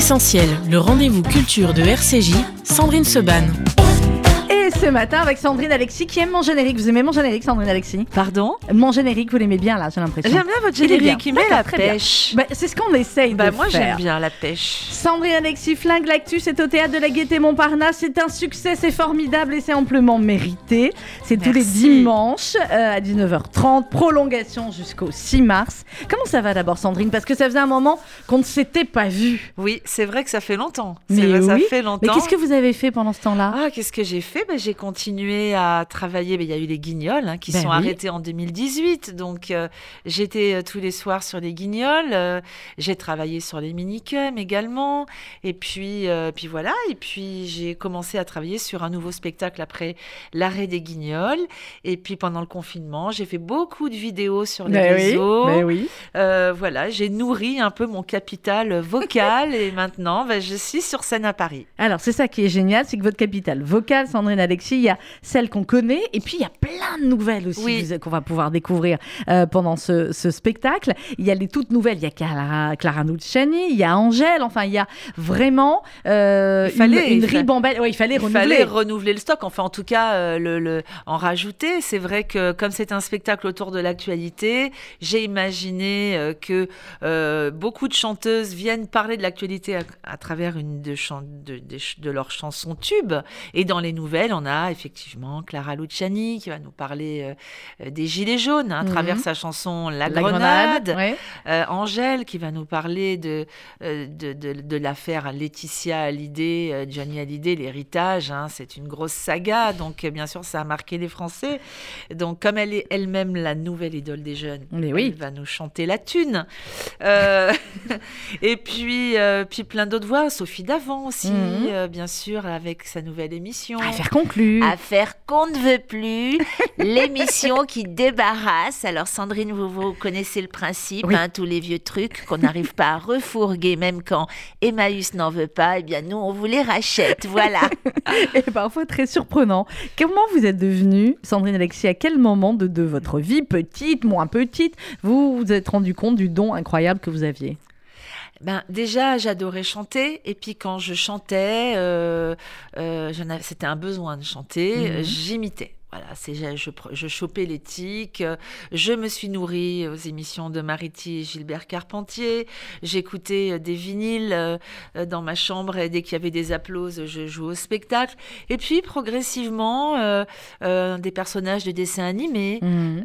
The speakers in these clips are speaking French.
Essentiel, le rendez-vous culture de RCJ, Sandrine Seban. Et ce matin avec Sandrine Alexis qui aime mon générique. Vous aimez mon générique, Sandrine Alexis? Pardon? Mon générique, vous l'aimez bien là, j'ai l'impression. J'aime bien votre générique, il met la pêche. C'est ce qu'on essaye de faire. Moi j'aime bien la pêche. Sandrine Alexis flingue l'actu, c'est au Théâtre de la Gaîté Montparnasse. C'est un succès, c'est formidable et c'est amplement mérité. C'est tous les dimanches à 19h30, prolongation jusqu'au 6 mars. Comment ça va d'abord, Sandrine? Parce que ça faisait un moment qu'on ne s'était pas vu. Oui, c'est vrai que ça fait longtemps. Ça fait longtemps. Mais qu'est-ce que vous avez fait pendant ce temps-là? Qu'est-ce que j'ai fait? J'ai continué à travailler. Il y a eu les Guignols qui sont arrêtés en 2018. Donc, j'étais tous les soirs sur les Guignols. J'ai travaillé sur les minicums également. Et puis voilà. Et puis, j'ai commencé à travailler sur un nouveau spectacle après l'arrêt des Guignols. Et puis, pendant le confinement, j'ai fait beaucoup de vidéos sur les réseaux. Voilà, j'ai nourri un peu mon capital vocal. Et maintenant, je suis sur scène à Paris. Alors, c'est ça qui est génial, c'est que votre capital vocal, Sandrine Alexis, il y a celle qu'on connaît et puis il y a plein de nouvelles aussi qu'on va pouvoir découvrir pendant ce spectacle. Il y a les toutes nouvelles, il y a Clara Luciani, il y a Angèle, enfin il y a vraiment une ribambelle. Il fallait renouveler le stock, enfin en tout cas en rajouter. C'est vrai que comme c'est un spectacle autour de l'actualité, j'ai imaginé que beaucoup de chanteuses viennent parler de l'actualité à travers une de leurs chansons tubes. Et dans les nouvelles, on a effectivement Clara Luciani qui va nous parler des Gilets jaunes à travers sa chanson La Grenade. Angèle qui va nous parler de l'affaire Laetitia Hallyday, Johnny Hallyday, l'héritage. C'est une grosse saga, donc bien sûr ça a marqué les Français. Donc comme elle est elle-même la nouvelle idole des jeunes, elle va nous chanter la thune. Et puis plein d'autres voix, Sophie Davant aussi, bien sûr, avec sa nouvelle émission. Affaire conclue. Affaire qu'on ne veut plus. L'émission qui débarrasse. Alors Sandrine, vous connaissez le principe, tous les vieux trucs qu'on n'arrive pas à refourguer, même quand Emmaüs n'en veut pas, eh bien nous, on vous les rachète, voilà. Et parfois très surprenant. Comment vous êtes devenue, Sandrine Alexis, à quel moment de votre vie, petite, moins petite, vous vous êtes rendu compte du don incroyable que vous aviez? Déjà, j'adorais chanter. Et puis, quand je chantais, c'était un besoin de chanter, j'imitais. Voilà, je chopais les tics, je me suis nourrie aux émissions de Mariti et Gilbert Carpentier, j'écoutais des vinyles dans ma chambre et dès qu'il y avait des applauses, je jouais au spectacle. Et puis, progressivement, des personnages de dessins animés.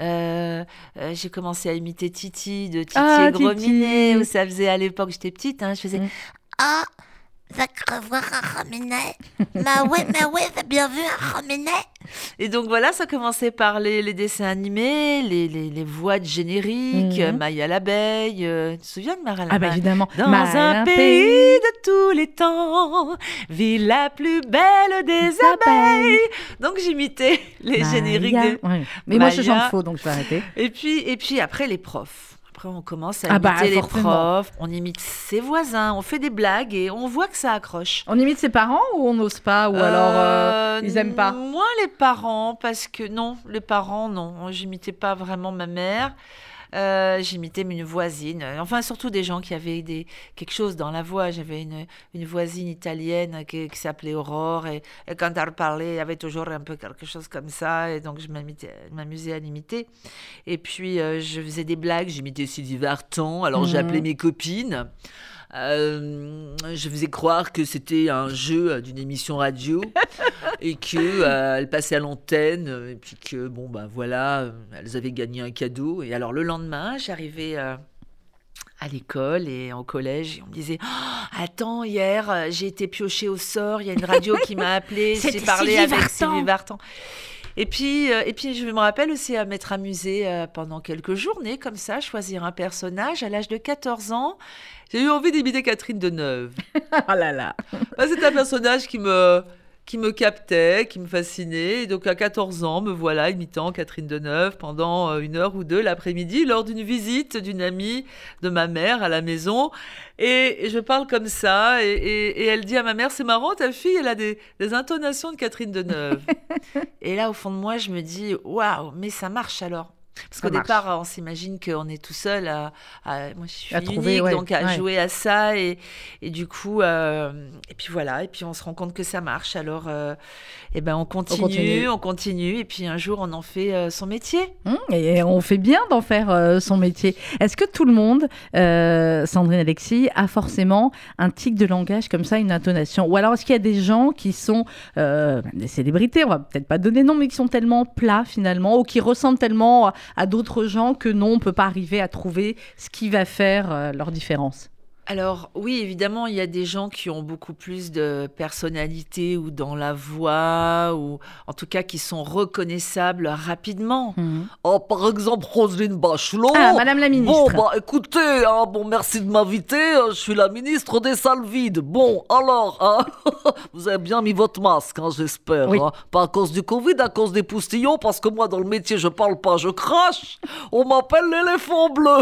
J'ai commencé à imiter Titi de Titi et Grominet, où ça faisait à l'époque, j'étais petite, je faisais « Ah !» Va crevoir un rominet. Mais ouais, t'as bien vu un rominet. Et donc voilà, ça commençait par les dessins animés, les voix de générique, Maya l'abeille. Tu te souviens de Mara l'abeille? Évidemment. Dans un pays de tous les temps, vit la plus belle des abeilles. Donc j'imitais les génériques de Mais moi je chante faux, donc je vais arrêter. Et puis après les profs. Après, on commence à imiter les profs, on imite ses voisins, on fait des blagues et on voit que ça accroche. On imite ses parents ou on n'ose pas? Ou alors ils n'aiment pas? Moi, les parents, parce que les parents, non. J'imitais pas vraiment ma mère. J'imitais une voisine, enfin surtout des gens qui avaient quelque chose dans la voix. J'avais une voisine italienne qui s'appelait Aurore et quand elle parlait, il y avait toujours un peu quelque chose comme ça et donc je m'amusais à l'imiter. Et puis je faisais des blagues, j'imitais Sylvie Vartan, alors j'appelais mes copines. Je faisais croire que c'était un jeu d'une émission radio et qu'elle passait à l'antenne et puis que voilà, elles avaient gagné un cadeau. Et alors le lendemain, j'arrivais à l'école et au collège et on me disait attends, hier j'ai été piochée au sort, il y a une radio qui m'a appelée, j'ai parlé avec Sylvie Vartan. Et puis, je me rappelle aussi à m'être amusée pendant quelques journées, comme ça, choisir un personnage. À l'âge de 14 ans, j'ai eu envie d'imiter Catherine Deneuve. Oh là là. C'est un personnage qui me captait, qui me fascinait. Et donc, à 14 ans, me voilà imitant Catherine Deneuve pendant 1 heure ou 2 l'après-midi, lors d'une visite d'une amie de ma mère à la maison. Et je parle comme ça, et elle dit à ma mère, c'est marrant, ta fille, elle a des intonations de Catherine Deneuve. Et là, au fond de moi, je me dis, waouh, mais ça marche alors. Parce qu'au départ, on s'imagine qu'on est tout seul moi, je suis trouver, unique, donc à jouer à ça. Et du coup, et puis voilà. Et puis, on se rend compte que ça marche. Alors, on continue. Et puis, un jour, on en fait son métier. Et on fait bien d'en faire son métier. Est-ce que tout le monde, Sandrine Alexis, a forcément un tic de langage comme ça, une intonation? Ou alors, est-ce qu'il y a des gens qui sont des célébrités, on va peut-être pas donner nom, mais qui sont tellement plats finalement, ou qui ressemblent tellement à d'autres gens que non, on ne peut pas arriver à trouver ce qui va faire leur différence? Alors oui, évidemment, il y a des gens qui ont beaucoup plus de personnalité ou dans la voix, ou en tout cas qui sont reconnaissables rapidement. Par exemple, Roselyne Bachelot. Ah, Madame la ministre. Bon, écoutez, merci de m'inviter. Je suis la ministre des salles vides. Bon, alors, vous avez bien mis votre masque, j'espère. Oui. Pas à cause du Covid, à cause des poustillons, parce que moi, dans le métier, je parle pas, je crache. On m'appelle l'éléphant bleu.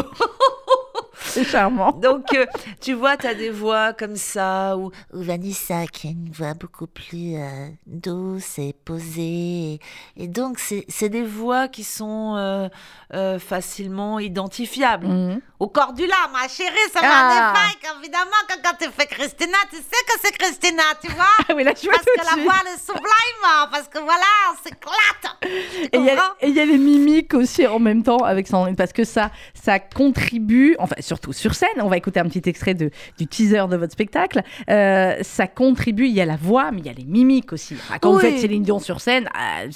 C'est charmant. Donc, tu vois, tu as des voix comme ça, ou Vanessa qui a une voix beaucoup plus douce et posée. Et donc, c'est des voix qui sont facilement identifiables. Au Cordula, ma chérie, ça va des failles. Évidemment que quand tu fais Christina, tu sais que c'est Christina, tu vois. Oui, là, je vois parce que la voix, elle est sublime. Parce que voilà, on s'éclate. Et il y a les mimiques aussi en même temps avec Sandrine, parce que ça contribue, enfin surtout sur scène, on va écouter un petit extrait du teaser de votre spectacle, ça contribue, il y a la voix, mais il y a les mimiques aussi. Enfin, quand vous faites Céline Dion sur scène...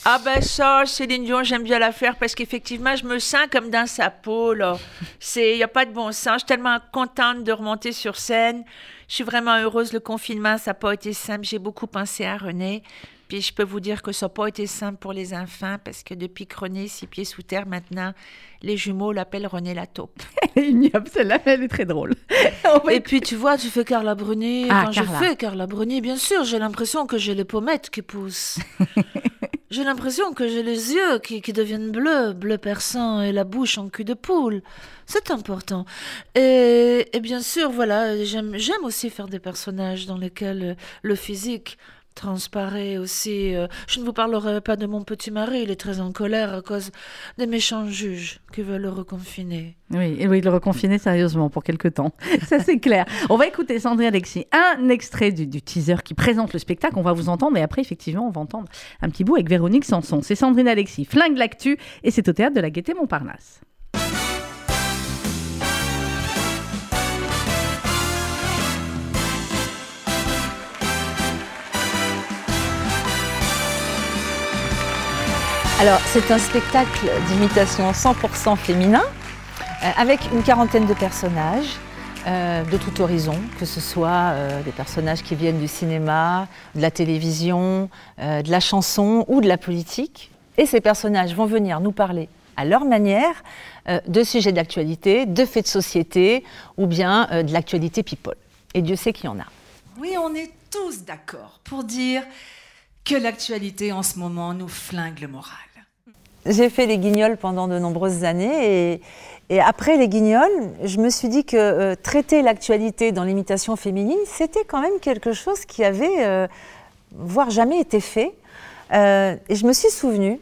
ça, Céline Dion, j'aime bien la faire parce qu'effectivement, je me sens comme dans sa peau, là. Il n'y a pas de bon sens. Je suis tellement contente de remonter sur scène. Je suis vraiment heureuse. Le confinement, ça n'a pas été simple. J'ai beaucoup pensé à René. Puis je peux vous dire que ça n'a pas été simple pour les enfants parce que depuis que René est 6 pieds sous terre, maintenant, les jumeaux l'appellent René la taupe. Elle est ignoble, celle-là, elle est très drôle. Et puis tu vois, tu fais Carla Bruni. Quand je fais Carla Bruni, bien sûr, j'ai l'impression que j'ai les pommettes qui poussent. J'ai l'impression que j'ai les yeux qui deviennent bleu perçant et la bouche en cul de poule. C'est important. Et bien sûr, voilà, j'aime aussi faire des personnages dans lesquels le physique transparaît aussi. Je ne vous parlerai pas de mon petit mari, il est très en colère à cause des méchants juges qui veulent le reconfiner. Oui, le reconfiner sérieusement pour quelque temps. Ça, c'est clair. On va écouter, Sandrine Alexis, un extrait du teaser qui présente le spectacle. On va vous entendre et après, effectivement, on va entendre un petit bout avec Véronique Sanson. C'est Sandrine Alexis, Flingue l'actu, et c'est au théâtre de la Gaîté Montparnasse. Alors, c'est un spectacle d'imitation 100% féminin, avec une quarantaine de personnages de tout horizon, que ce soit des personnages qui viennent du cinéma, de la télévision, de la chanson ou de la politique. Et ces personnages vont venir nous parler à leur manière de sujets d'actualité, de faits de société ou bien de l'actualité people. Et Dieu sait qu'il y en a. Oui, on est tous d'accord pour dire que l'actualité en ce moment nous flingue le moral. J'ai fait les Guignols pendant de nombreuses années et après les Guignols, je me suis dit que traiter l'actualité dans l'imitation féminine, c'était quand même quelque chose qui avait, voire jamais été fait. Et je me suis souvenue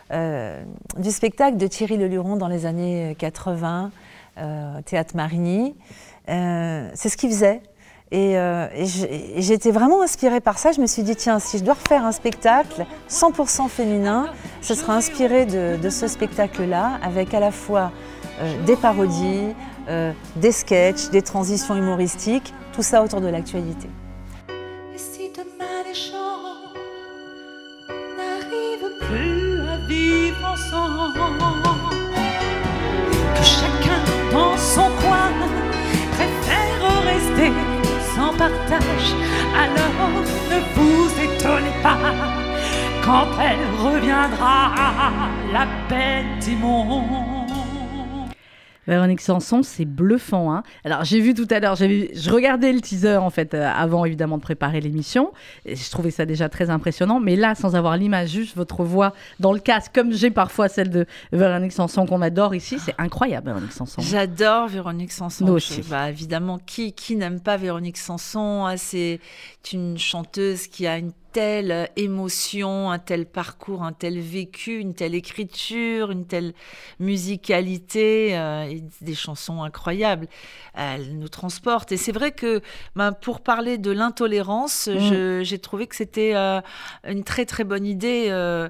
du spectacle de Thierry Leluron dans les années 80, au Théâtre Marigny. C'est ce qu'il faisait. Et j'étais vraiment inspirée par ça. Je me suis dit, tiens, si je dois refaire un spectacle 100% féminin, ce sera inspiré de ce spectacle-là, avec à la fois des parodies, des sketchs, des transitions humoristiques, tout ça autour de l'actualité. Et si demain les gens n'arrivent plus à vivre ensemble, que chacun dans son coin préfère rester sans partage, alors ne vous étonnez pas quand elle reviendra, la bête du monde. Véronique Sanson, c'est bluffant. Hein. Alors, j'ai vu tout à l'heure, je regardais le teaser en fait, avant évidemment de préparer l'émission. Et je trouvais ça déjà très impressionnant. Mais là, sans avoir l'image, juste votre voix dans le casque, comme j'ai parfois celle de Véronique Sanson qu'on adore ici, c'est incroyable, Véronique Sanson. J'adore Véronique Sanson. Nous aussi. Évidemment, qui n'aime pas Véronique Sanson? C'est une chanteuse qui a une telle émotion, un tel parcours, un tel vécu, une telle écriture, une telle musicalité, et des chansons incroyables. Elle nous transporte. Et c'est vrai que pour parler de l'intolérance, j'ai trouvé que c'était une très très bonne idée.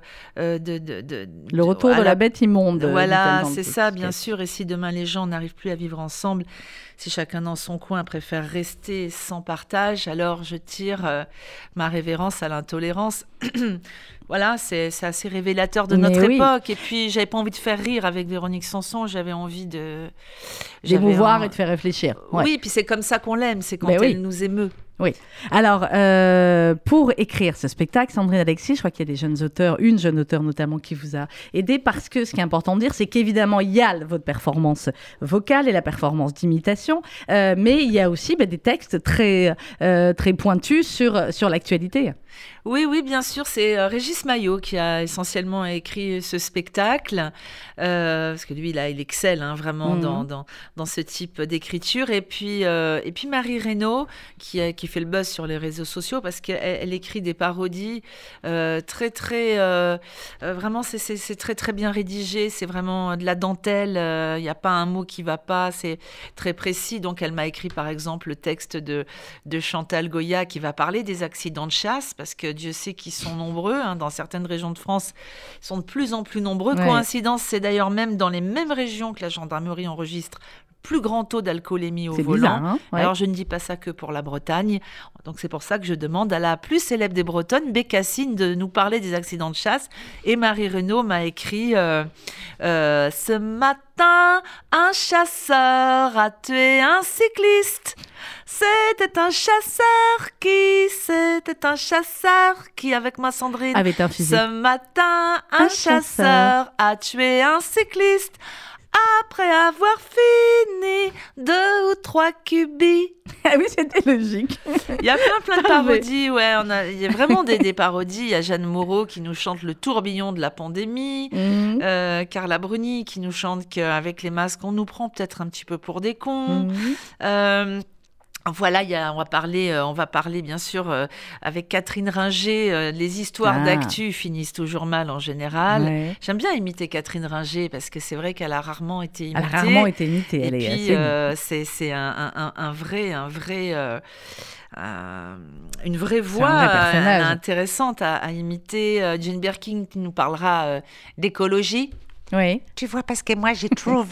Le retour de la bête immonde. Voilà, c'est ça, bien sûr. Et si demain les gens n'arrivent plus à vivre ensemble, si chacun dans son coin préfère rester sans partage, alors je tire ma révérence à l'intolérance. Voilà, c'est assez révélateur de notre époque. Et puis, j'avais pas envie de faire rire avec Véronique Sanson, j'avais envie d'émouvoir et de faire réfléchir. Ouais. Oui, puis c'est comme ça qu'on l'aime, c'est quand elle nous émeut. Oui. Alors, pour écrire ce spectacle, Sandrine Alexis, je crois qu'il y a des jeunes auteurs, une jeune auteure notamment qui vous a aidé, parce que ce qui est important de dire, c'est qu'évidemment, il y a votre performance vocale et la performance d'imitation, mais il y a aussi des textes très, très pointus sur l'actualité. Oui, bien sûr, c'est Régis Maillot qui a essentiellement écrit ce spectacle, parce que lui, là, il excelle vraiment dans ce type d'écriture. Et puis Marie Reynaud, qui fait le buzz sur les réseaux sociaux, parce qu'elle écrit des parodies très, très... vraiment, c'est très, très bien rédigé, c'est vraiment de la dentelle, il n'y a pas un mot qui ne va pas, c'est très précis. Donc, elle m'a écrit, par exemple, le texte de Chantal Goya qui va parler des accidents de chasse, parce que Dieu sait qu'ils sont nombreux, dans certaines régions de France, ils sont de plus en plus nombreux. Ouais. Coïncidence, c'est d'ailleurs même dans les mêmes régions que la gendarmerie enregistre le plus grand taux d'alcoolémie au volant. Bizarre, ouais. Alors, je ne dis pas ça que pour la Bretagne. Donc, c'est pour ça que je demande à la plus célèbre des Bretonnes, Bécassine, de nous parler des accidents de chasse. Et Marie Reynaud m'a écrit ce matin, un chasseur a tué un cycliste. C'était un chasseur qui, avec ma Sandrine, avait un fusil. Ce matin, un chasseur a tué un cycliste. Après avoir fini 2 ou 3 cubis. Ah oui, c'était logique. Il y a plein de parodies. Ouais, il y a vraiment des parodies. Il y a Jeanne Moreau qui nous chante Le tourbillon de la pandémie. Carla Bruni qui nous chante qu'avec les masques, on nous prend peut-être un petit peu pour des cons. Voilà, on va parler bien sûr avec Catherine Ringer. Les histoires d'actu finissent toujours mal en général. Ouais. J'aime bien imiter Catherine Ringer parce que c'est vrai qu'elle a rarement été imitée. Elle est puis, c'est une vraie voix intéressante à imiter. Jane Birkin qui nous parlera d'écologie. Oui. Tu vois, parce que moi je trouve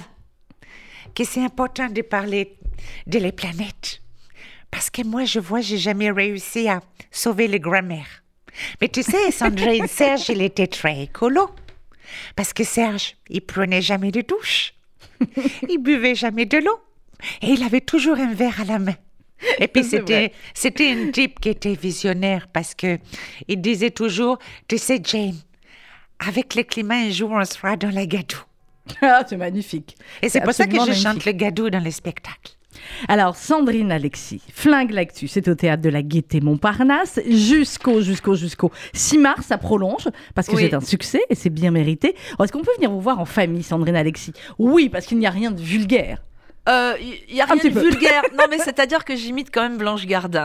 que c'est important de parler de la planète. Parce que moi, j'ai jamais réussi à sauver les grand-mères. Mais tu sais, Sandrine, Serge, il était très écolo. Parce que Serge, il prenait jamais de douche. Il buvait jamais de l'eau. Et il avait toujours un verre à la main. Et puis, c'était un type qui était visionnaire parce que il disait toujours, tu sais, Jane, avec le climat, un jour, on sera dans la gadoue. Ah, c'est magnifique. Et c'est pour ça que je chante le gadou dans les spectacles. Alors, Sandrine Alexis, Flingue l'actu, c'est au Théâtre de la Gaîté Montparnasse jusqu'au 6 mars, ça prolonge, parce que c'est un succès et c'est bien mérité. Alors, est-ce qu'on peut venir vous voir en famille, Sandrine Alexis ? Oui, parce qu'il n'y a rien de vulgaire. Il n'y a rien de vulgaire. Non, mais c'est-à-dire que j'imite quand même Blanche Gardin.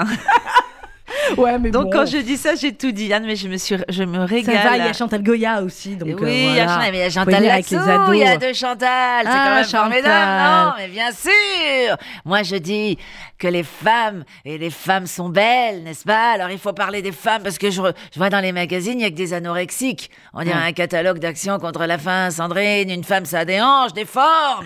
Ouais, mais donc quand je dis ça, j'ai tout dit. Anne, mais je me régale. Ça va, il y a Chantal Goya aussi. Donc, oui, il y a Chantal Latsou, il y a deux Chantal. C'est quand même formidable. Non, mais bien sûr. Moi, je dis que les femmes sont belles, n'est-ce pas ? Alors, il faut parler des femmes parce que je vois dans les magazines, il n'y a que des anorexiques. On dirait un catalogue d'action contre la faim. Sandrine, une femme, ça a des hanches, des formes.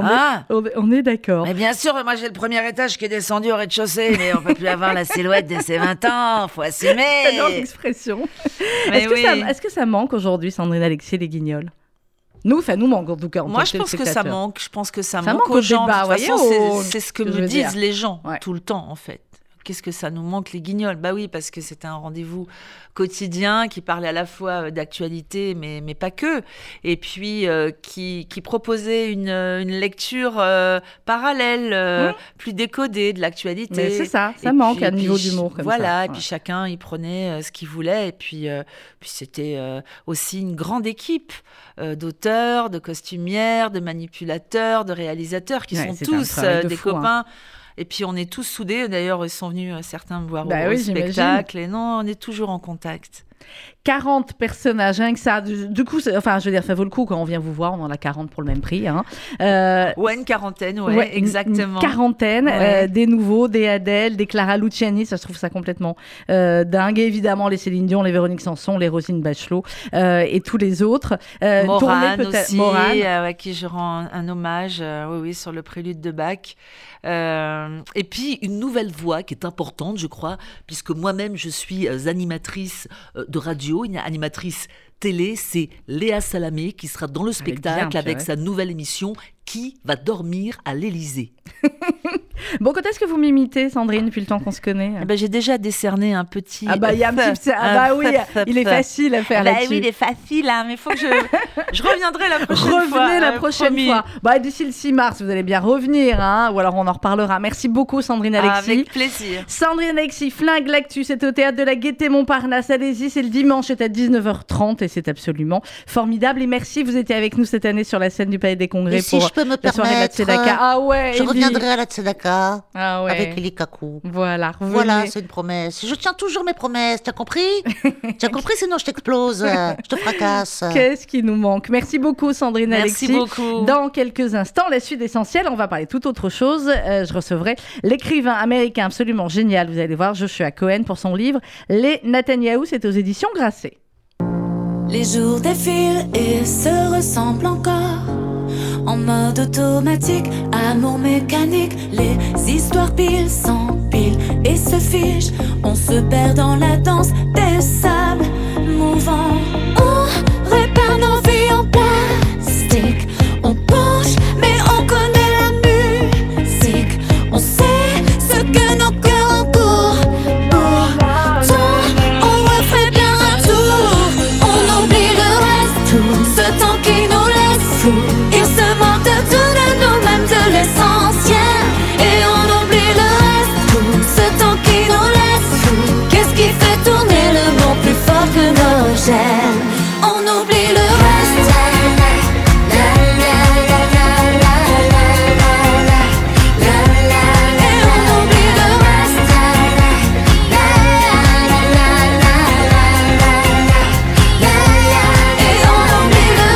On est d'accord. Mais bien sûr, moi, j'ai le premier étage qui est descendu au rez-de-chaussée, mais on ne peut plus avoir la silhouette de ses 20 ans. Faut assumer. J'adore l'expression. Est-ce que ça manque aujourd'hui, Sandrine Alexis, les Guignols ? Nous, ça nous manque en tout cas. Moi, je pense que ça manque. Je pense que ça manque aux gens. De toute façon, c'est ce que me disent les gens tout le temps, en fait. Qu'est-ce que ça nous manque, les Guignols ? Bah oui, parce que c'était un rendez-vous quotidien qui parlait à la fois d'actualité, mais pas que. Et puis, qui proposait une lecture parallèle, plus décodée de l'actualité. Mais c'est ça manque à niveau d'humour. Voilà, et puis chacun, il prenait ce qu'il voulait. Et puis c'était aussi une grande équipe d'auteurs, de costumières, de manipulateurs, de réalisateurs, qui sont tous des copains. Et puis on est tous soudés. D'ailleurs, ils sont venus certains me voir au oui, spectacle. Et non, on est toujours en contact. 40 personnages, rien que ça. Du coup, ça vaut le coup quand on vient vous voir. On en a 40 pour le même prix. Hein. Une quarantaine, exactement. Une quarantaine, des nouveaux, des Adèle, des Clara Luciani. Ça, je trouve ça complètement dingue. Et évidemment, les Céline Dion, les Véronique Sanson, les Roselyne Bachelot et tous les autres. Morane aussi, à qui je rends un hommage sur le prélude de Bach. Et puis une nouvelle voix qui est importante, je crois, puisque moi-même je suis animatrice de radio, une animatrice télé, c'est Léa Salamé qui sera dans le spectacle avec sa nouvelle émission Qui va dormir à l'Élysée. Bon, quand est-ce que vous m'imitez, Sandrine, depuis le temps qu'on se connaît? J'ai déjà décerné un petit. Il y a un petit. Il est facile à faire là-dessus. Oui, il est facile, mais il faut que je reviendrai la prochaine fois. Revenez la prochaine fois. D'ici le 6 mars, vous allez bien revenir, ou alors on en reparlera. Merci beaucoup, Sandrine Alexis. Avec plaisir. Sandrine Alexis, Flingue l'actu, c'est au Théâtre de la Gaîté Montparnasse. Allez-y, c'est le dimanche, c'est à 19h30 et c'est absolument formidable. Et merci, vous étiez avec nous cette année sur la scène du Palais des Congrès pour je peux me la soirée de la Tzedaka. Je reviendrai à la Tzedaka avec Eli Kakou. Voilà, c'est une promesse. Je tiens toujours mes promesses, t'as compris? T'as compris, sinon je t'explose, je te fracasse. Qu'est-ce qui nous manque? Merci beaucoup, Sandrine Alexis. Merci beaucoup. Dans quelques instants, la suite essentielle, on va parler toute autre chose. Je recevrai l'écrivain américain absolument génial, vous allez voir, Joshua Cohen, pour son livre Les Netanyahou, c'est aux éditions Grasset. Les jours défilent et se ressemblent encore. En mode automatique, amour mécanique, les histoires pile s'empilent et se fichent. On se perd dans la danse des sables mouvants. On répare nos vies en plastique. On penche, mais on connaît la musique. On sait ce que nos cœurs encourent. Pourtant, on referait bien un tour. On oublie le reste, tout ce temps qui nous laisse fous. Il se manque de tout de nous-mêmes, de l'essentiel. Et on oublie le reste, tout ce temps qui nous laisse fous. Qu'est-ce qui fait tourner le monde plus fort que nos gènes? On oublie le reste. Et on oublie le reste. Et on oublie le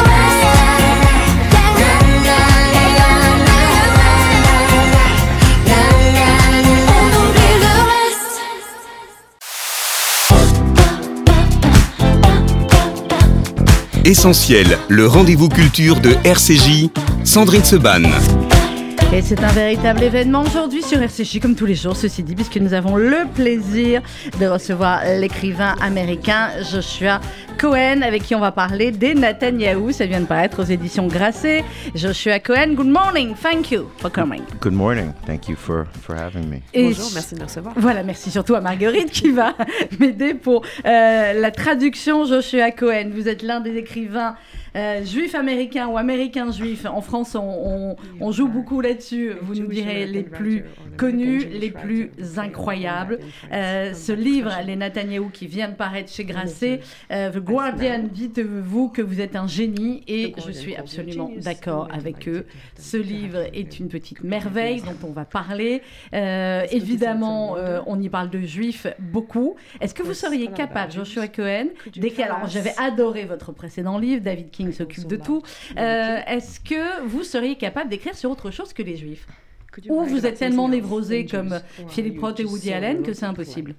Essentiel, le rendez-vous culture de RCJ, Sandrine Seban. Et c'est un véritable événement aujourd'hui sur RCJ, comme tous les jours, ceci dit, puisque nous avons le plaisir de recevoir l'écrivain américain Joshua Cohen, avec qui on va parler des Netanyahou. Ça vient de paraître aux éditions Grasset. Joshua Cohen, good morning, thank you for coming. Good morning, thank you for having me. Bonjour, merci de me recevoir. Voilà, merci surtout à Marguerite qui va m'aider pour la traduction. Joshua Cohen, vous êtes l'un des écrivains juifs américains ou américains juifs. En France, on joue beaucoup là-dessus. Vous nous direz les plus connus, les plus incroyables. Ce livre, Les Netanyahou, qui vient de paraître chez Grasset, The Guardian, dites-vous que vous êtes un génie et je suis absolument d'accord avec eux. Ce livre est une petite merveille dont on va parler. Évidemment, on y parle de juifs beaucoup. Est-ce que vous seriez capable, Joshua Cohen, alors j'avais adoré votre précédent livre, David King s'occupe de tout. Est-ce que vous seriez capable d'écrire sur autre chose que les Juifs? Ou vous êtes tellement névrosé comme Philip Roth et Woody Allen que c'est impossible?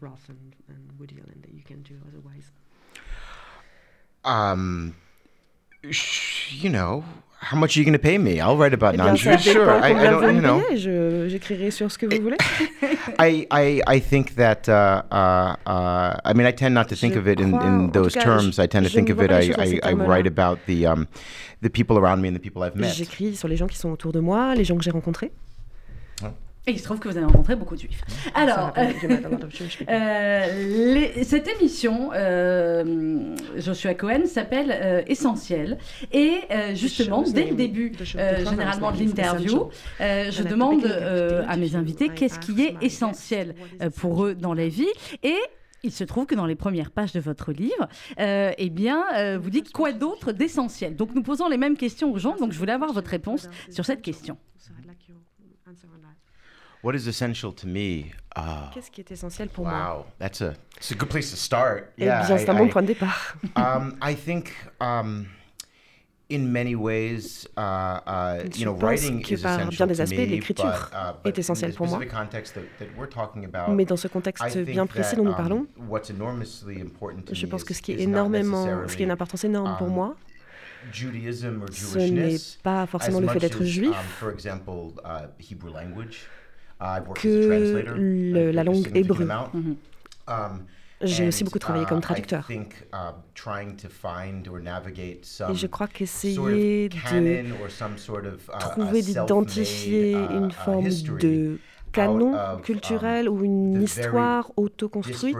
You know, how much are you going to pay me? I'll write about non-Jews. Sure, I don't, you know. J'écrirai sur ce que vous voulez. I think that, I mean, I tend not to think of it in those terms. I tend to think of it, I write about the people around me and the people I've met. J'écris sur les gens qui sont autour de moi, les gens que j'ai rencontrés. Et il se trouve que vous avez rencontré beaucoup de juifs. Alors, cette émission, Joshua Cohen, s'appelle Essentiel. Et justement, dès le début, généralement de l'interview, je demande à mes invités qu'est-ce qui est essentiel pour eux dans la vie. Et il se trouve que dans les premières pages de votre livre, vous dites quoi d'autre d'essentiel. Donc nous posons les mêmes questions aux gens, donc je voulais avoir votre réponse sur cette question. What is essential to me? Qu'est-ce qui est essentiel pour moi? Wow, it's a good place to start. Eh bien, c'est un bon point de départ. I think, in many ways, Je pense que par bien des aspects, l'écriture est essentielle pour moi. Mais dans ce contexte bien précis dont nous parlons, je pense que ce qui a une importance énorme pour moi, ce n'est pas forcément le fait d'être juif, que la langue hébreu. J'ai aussi beaucoup travaillé comme traducteur. Et je crois qu'essayer de trouver, d'identifier une forme de canon culturel ou une histoire autoconstruite,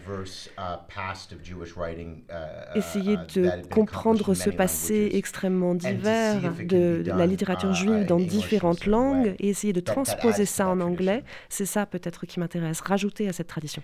essayer de comprendre ce passé extrêmement divers de la littérature juive dans différentes langues et essayer de transposer ça en anglais, c'est ça peut-être qui m'intéresse, rajouter à cette tradition.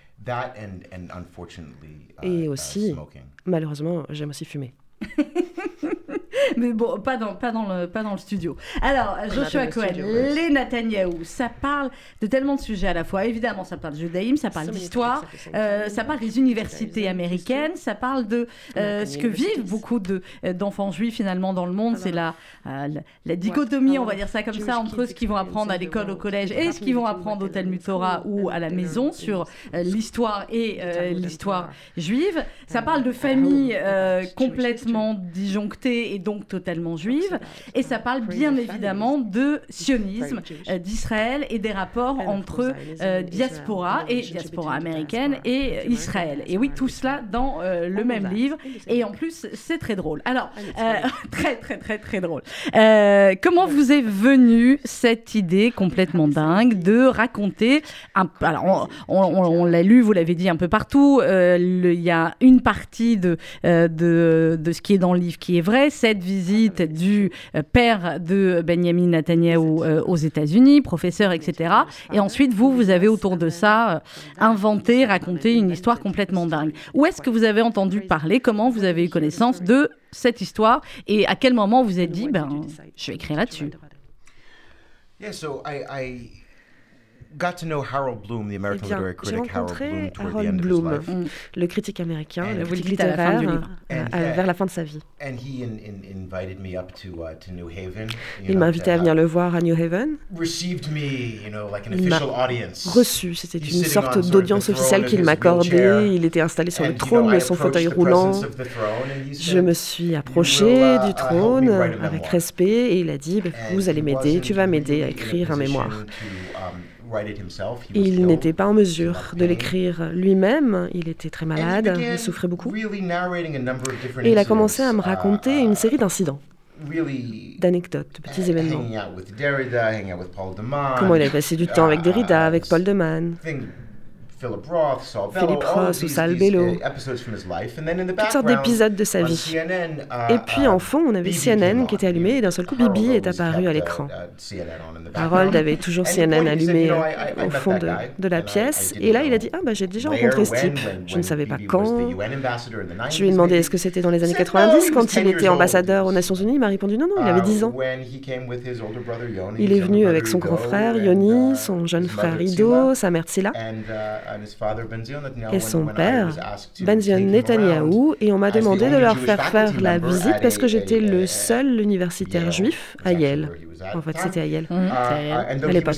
Et aussi, malheureusement, j'aime aussi fumer. Mais bon, pas dans le studio. Alors, Joshua Cohen, les Netanyahou, ça parle de tellement de sujets à la fois. Évidemment, ça parle de judaïsme, ça parle d'histoire, ça parle des universités américaines, ça parle de ce que vivent beaucoup d'enfants juifs finalement dans le monde. C'est la dichotomie, on va dire ça comme ça, entre ce qu'ils vont apprendre à l'école, au collège et ce qu'ils vont apprendre au Talmud Torah ou à la maison sur l'histoire et l'histoire juive. Ça parle de familles complètement disjonctées et donc totalement juive, et ça parle bien évidemment de sionisme, d'Israël et des rapports entre diaspora américaine et Israël. Et oui, tout cela dans le même livre, et en plus c'est très drôle. Alors, très très très très drôle. Comment vous est venue cette idée complètement dingue de raconter alors on l'a lu, vous l'avez dit un peu partout, il y a une partie de ce qui est dans le livre qui est vrai, cette visite du père de Benjamin Netanyahou aux États-Unis, professeur, etc. Et ensuite, vous avez autour de ça inventé, raconté une histoire complètement dingue. Où est-ce que vous avez entendu parler? Comment vous avez eu connaissance de cette histoire? Et à quel moment vous vous êtes dit, je vais écrire là-dessus? Yeah, so I got to know Harold Bloom, the American literary critic Harold Bloom, toward the end of his life. Le critique américain, le critique littéraire, vers la fin de sa vie. And he invited me up to New Haven. Il m'a invité à venir le voir à New Haven. Received me, like an Il m'a official audience. reçu, c'était une sorte d'audience officielle qu'il m'accordait. Il était installé sur le trône de son fauteuil roulant. Je me suis approchée du trône avec respect et il a dit vous allez m'aider, tu vas m'aider à écrire un mémoire. Il n'était pas en mesure de l'écrire lui-même, il était très malade, il souffrait beaucoup. Et il a commencé à me raconter une série d'incidents, d'anecdotes, de petits événements. Comment il avait passé du temps avec Derrida, avec Paul de Man, Philip Roth ou Saul Bellow, toutes sortes d'épisodes de sa vie. Et puis en fond, on avait CNN qui était allumé et d'un seul coup, Bibi est apparu à l'écran. Harold avait toujours CNN allumé au fond de la pièce. Et là, il a dit j'ai déjà rencontré ce type. Je ne savais pas quand. Je lui ai demandé est-ce que c'était dans les années 90 quand il était ambassadeur aux Nations Unies. Il m'a répondu non, il avait 10 ans. Il est venu avec son grand frère Yoni, son jeune frère Ido, sa mère Tsila et son père, Benzion Netanyahou, et on m'a demandé de leur faire la visite parce que j'étais le seul universitaire juif à Yale. En fait, c'était à Yale, à l'époque.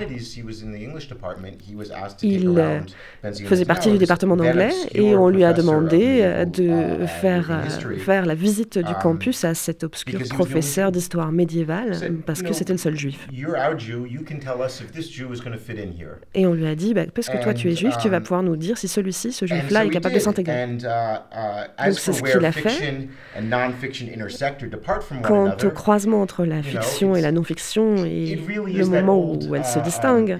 Il faisait partie du département d'anglais et on lui a demandé de faire la visite du campus à cet obscur professeur d'histoire médiévale parce que c'était le seul juif. Et on lui a dit, parce que toi tu es juif, tu vas pouvoir nous dire si ce juif-là est capable de s'intégrer. Donc c'est ce qu'il a fait. Quant au croisement entre la fiction et la non-fiction et le moment où elle se distingue,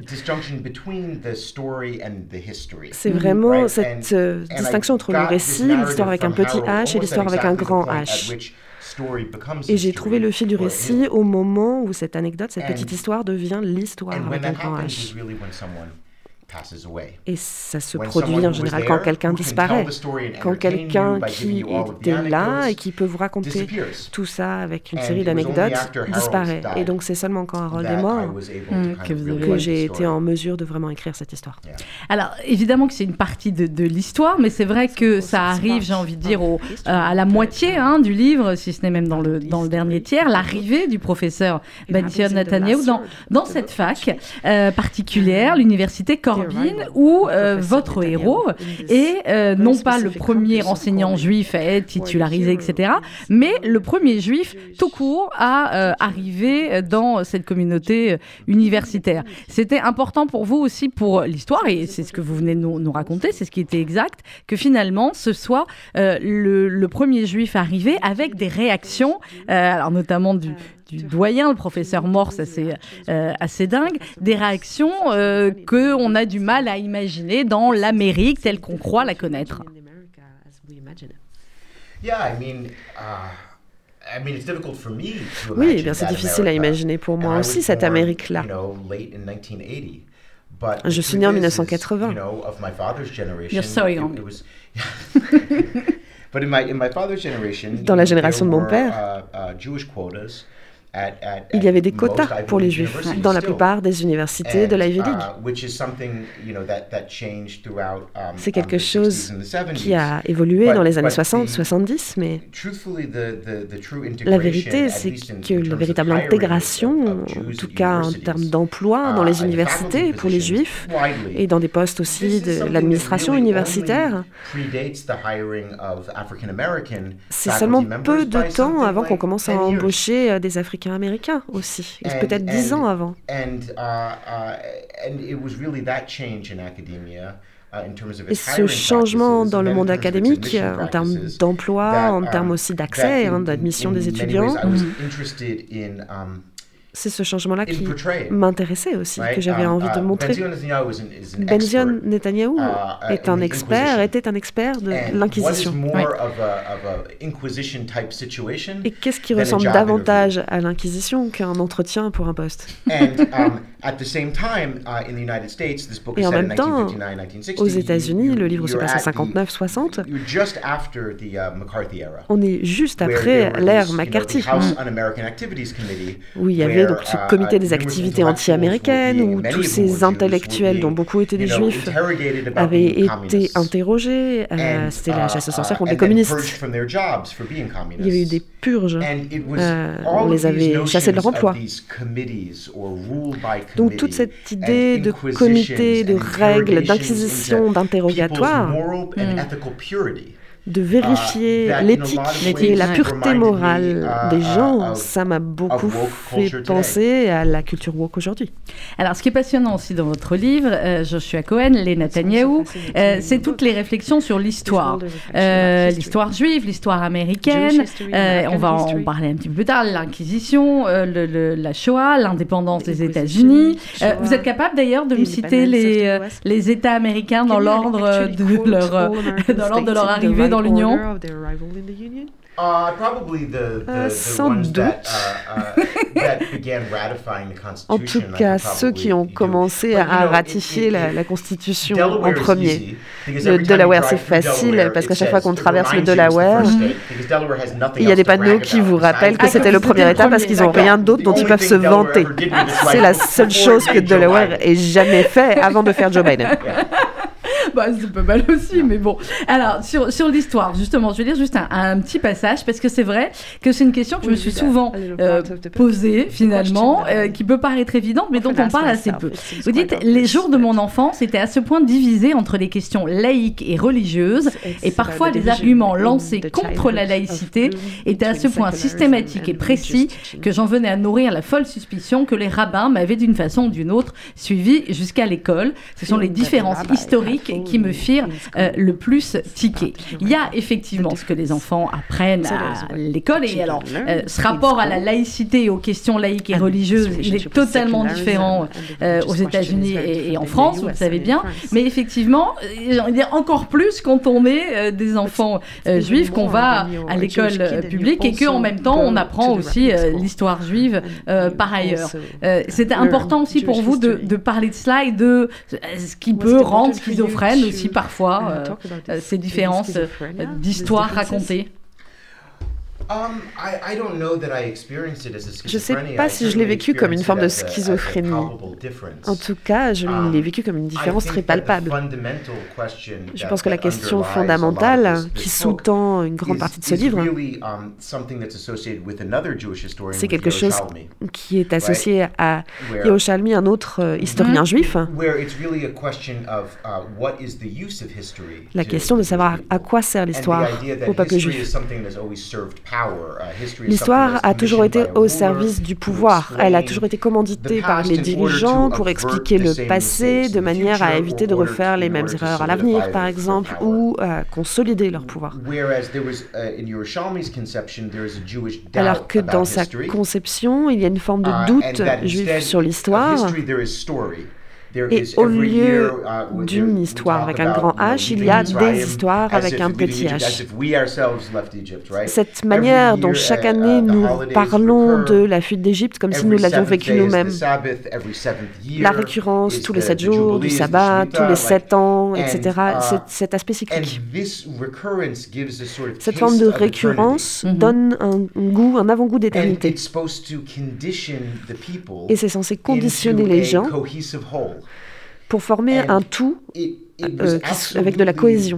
c'est vraiment cette distinction entre le récit, l'histoire avec un petit H et l'histoire avec un grand H. Et j'ai trouvé le fil du récit au moment où cette anecdote, cette petite histoire devient l'histoire avec un grand H. Et ça se produit en général quand quelqu'un disparaît, quand quelqu'un qui était là et qui peut vous raconter tout ça avec une série d'anecdotes disparaît. Et donc c'est seulement quand Harold est mort que j'ai été en mesure de vraiment écrire cette histoire. Alors évidemment que c'est une partie de l'histoire, mais c'est vrai que ça arrive, j'ai envie de dire, à la moitié du livre, si ce n'est même dans le dernier tiers, l'arrivée du professeur Benzion Netanyahu dans cette fac particulière, l'université Corbin, où votre héros est non pas le premier enseignant juif à être titularisé, etc., mais le premier juif tout court à arriver dans cette communauté universitaire. C'était important pour vous aussi pour l'histoire, et c'est ce que vous venez de nous raconter, c'est ce qui était exact, que finalement ce soit le premier juif arrivé avec des réactions, alors notamment du doyen, le professeur Morse, assez dingue, des réactions qu'on a du mal à imaginer dans l'Amérique telle qu'on croit la connaître. Oui, eh bien c'est difficile à imaginer pour moi aussi, cette Amérique-là. Je suis né en 1980. You're so young. Dans la génération de mon père, il y avait des quotas pour les juifs dans la plupart des universités de l'Ivy League. C'est quelque chose qui a évolué dans les années 60-70, mais la vérité, c'est que la véritable intégration, en tout cas en termes d'emploi dans les universités pour les juifs et dans des postes aussi de l'administration universitaire, c'est seulement peu de temps avant qu'on commence à embaucher des Africains américains aussi, et peut-être 10 ans avant. Et ce changement dans le monde académique, en termes d'emploi, en termes aussi d'accès, d'admission des étudiants, c'est ce changement-là qui m'intéressait aussi, que j'avais envie de montrer. Benzion Netanyahu était un expert de l'Inquisition. Et qu'est-ce qui ressemble davantage à l'Inquisition qu'un entretien pour un poste? Et en même temps, aux États-Unis, le livre se passe en 59-60. On est juste après l'ère McCarthy, où il y avait donc ce comité des activités anti-américaines, où tous ces intellectuels, dont beaucoup étaient des juifs, avaient été interrogés. C'était la chasse aux sorcières contre les communistes. Il y avait eu des purges. On les avait chassés de leur emploi. Donc toute cette idée de comité, de règles, d'inquisition, d'interrogatoire, de vérifier l'éthique et la pureté morale des gens, ça m'a beaucoup fait penser à la culture woke aujourd'hui. Alors, ce qui est passionnant aussi dans votre livre, Joshua Cohen, les Netanyahu, c'est toutes les réflexions sur l'histoire. L'histoire juive, l'histoire américaine, on va en parler un petit peu plus tard, l'Inquisition, la Shoah, l'indépendance des États-Unis. Vous êtes capable d'ailleurs de me citer les États américains dans l'ordre de leur arrivée dans l'Union? Sans doute. En tout cas, ceux qui ont commencé à ratifier la Constitution en premier. Le Delaware, c'est facile, parce qu'à chaque fois qu'on traverse le Delaware, il y a des panneaux qui vous rappellent que c'était le premier État parce qu'ils n'ont rien d'autre dont ils peuvent se vanter. C'est la seule chose que Delaware ait jamais fait avant de faire Joe Biden. C'est pas mal aussi, mais bon. Alors, sur l'histoire, justement, je vais lire juste un petit passage, parce que c'est vrai que c'est une question que je me suis souvent posée, finalement, qui peut paraître évidente, mais dont on parle assez peu. Vous dites, les jours de mon enfance étaient à ce point divisés entre les questions laïques et religieuses, et parfois les arguments lancés contre la laïcité étaient à ce point systématiques et précis que j'en venais à nourrir la folle suspicion que les rabbins m'avaient d'une façon ou d'une autre suivi jusqu'à l'école. Ce sont les différences historiques qui me firent le plus tiquer. Il y a effectivement ce que les enfants apprennent à l'école, et alors ce rapport à la laïcité et aux questions laïques et religieuses, il est totalement différent aux États-Unis et en France, vous le savez bien, mais effectivement, il y a encore plus quand on est des enfants juifs, qu'on va à l'école publique et qu'en même temps on apprend aussi l'histoire juive par ailleurs. C'était important aussi pour vous de parler de cela et de ce qui peut rendre schizophrène aussi parfois ces différences d'histoires racontées. Je ne sais pas si je l'ai vécu comme une forme de schizophrénie. En tout cas, je l'ai vécu comme une différence très palpable. Je pense que la question fondamentale qui sous-tend une grande partie de ce livre, c'est quelque chose qui est associé à Yerushalmi, un autre historien juif. La question de savoir à quoi sert l'histoire au peuple juif. L'histoire a toujours été au service du pouvoir. Elle a toujours été commanditée par les dirigeants pour expliquer le passé de manière à éviter de refaire les mêmes erreurs à l'avenir, par exemple, ou à consolider leur pouvoir. Alors que dans sa conception, il y a une forme de doute juif sur l'histoire. Et au lieu d'une histoire avec un grand H, il y a des histoires avec un petit H. Cette manière dont chaque année nous parlons de la fuite d'Égypte comme si nous l'avions vécu nous-mêmes. La récurrence tous les 7 jours, du sabbat, tous les 7 ans, etc. Cet aspect cyclique. Cette forme de récurrence donne un avant-goût d'éternité. Et c'est censé conditionner les gens pour former un tout avec de la cohésion.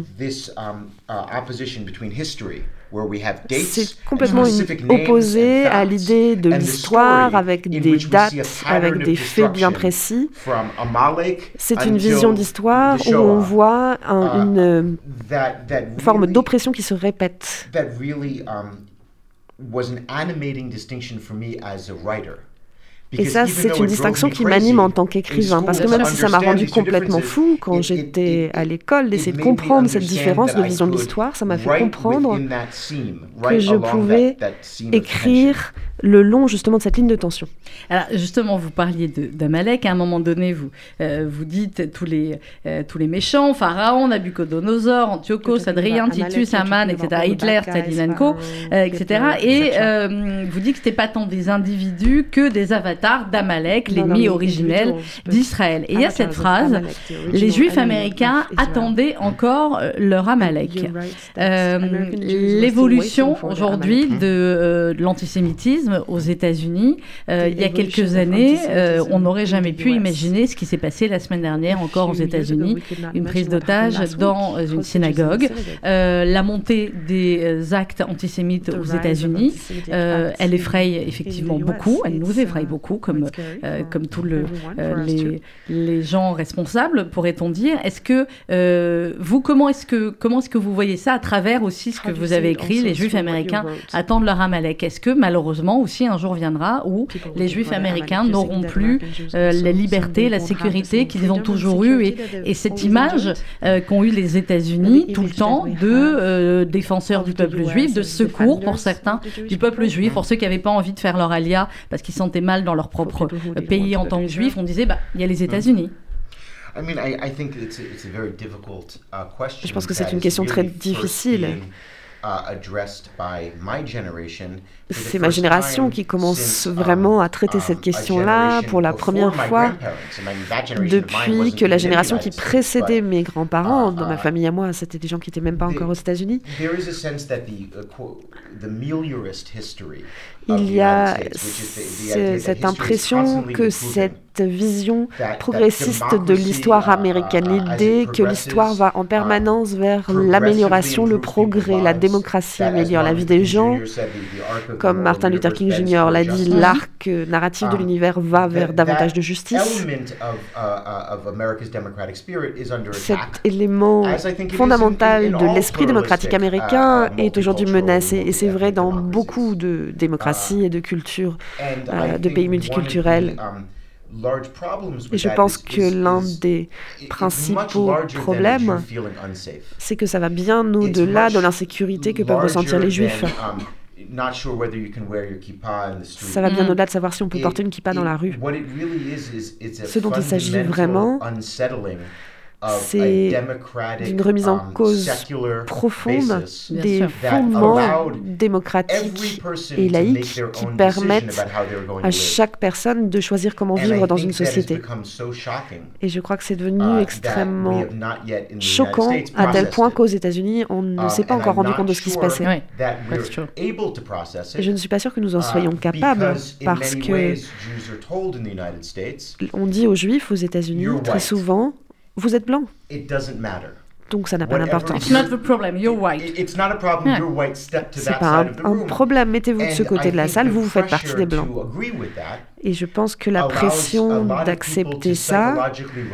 C'est complètement opposé à l'idée de l'histoire avec des dates, avec des faits bien précis. C'est une vision d'histoire où on voit une forme d'oppression qui se répète. Et ça, c'est une distinction qui m'anime en tant qu'écrivain, parce que même si ça m'a rendu complètement fou quand j'étais à l'école, d'essayer de comprendre cette différence de vision de l'histoire, ça m'a fait comprendre que je pouvais écrire le long justement de cette ligne de tension. Alors justement, vous parliez d'Amalek, à un moment donné, vous dites tous les méchants, Pharaon, Nabucodonosor, Antiochos, Adrien, Titus, Haman, etc., Hitler, Staline & Co., etc. Et vous dites que ce n'était pas tant des individus que des avatars d'Amalek, l'ennemi originel d'Israël. Et il y a cette phrase, les Juifs américains attendaient encore leur Amalek. L'évolution aujourd'hui de l'antisémitisme aux États-Unis, il y a quelques années, on n'aurait jamais pu imaginer ce qui s'est passé la semaine dernière encore aux États-Unis, une prise d'otage dans une synagogue, la montée des actes antisémites aux États-Unis, elle effraie effectivement beaucoup, elle nous effraie beaucoup, comme tous les gens responsables, pourrait-on dire. Est-ce que vous, comment est-ce que vous voyez ça à travers aussi ce que vous avez écrit, les Juifs américains attendent leur Amalek? Est-ce que malheureusement aussi un jour viendra où les Juifs américains n'auront plus la liberté, la sécurité qu'ils ont toujours eue, et cette image qu'ont eu les États-Unis tout le temps de défenseurs du peuple juif, de secours pour certains du peuple juif, pour ceux qui n'avaient pas envie de faire leur alia parce qu'ils se sentaient mal dans leur propre pays en tant que juifs, on disait il y a les États-Unis. Je pense que c'est une question très difficile. C'est ma génération qui commence vraiment à traiter cette question-là pour la première fois depuis que la génération qui précédait mes grands-parents, dans ma famille à moi, c'était des gens qui n'étaient même pas encore aux États-Unis. Il y a cette impression que cette vision progressiste de l'histoire américaine, l'idée que l'histoire va en permanence vers l'amélioration, le progrès, la démocratie améliore la vie des gens. Comme Martin Luther King Jr. l'a dit, l'arc narratif de l'univers va vers davantage de justice. Cet élément fondamental de l'esprit démocratique américain est aujourd'hui menacé, et c'est vrai dans beaucoup de démocraties et de cultures, de pays multiculturels. Et je pense que l'un des principaux problèmes, c'est que ça va bien au-delà de l'insécurité que peuvent ressentir les Juifs. Ça va bien au-delà de savoir si on peut porter une kippa dans la rue. Ce dont il s'agit vraiment, c'est d'une remise en cause profonde des fondements démocratiques et laïques qui permettent à chaque personne de choisir comment vivre dans une société. Et je crois que c'est devenu extrêmement choquant à tel point qu'aux États-Unis, on ne s'est pas encore rendu compte de ce qui se passait. Et je ne suis pas sûre que nous en soyons capables parce que on dit aux Juifs aux États-Unis très souvent: vous êtes blanc. Donc ça n'a pas d'importance. It's not the problem, you're white. C'est pas un problème, mettez-vous de ce côté de la salle, vous faites partie des blancs. Et je pense que la pression d'accepter ça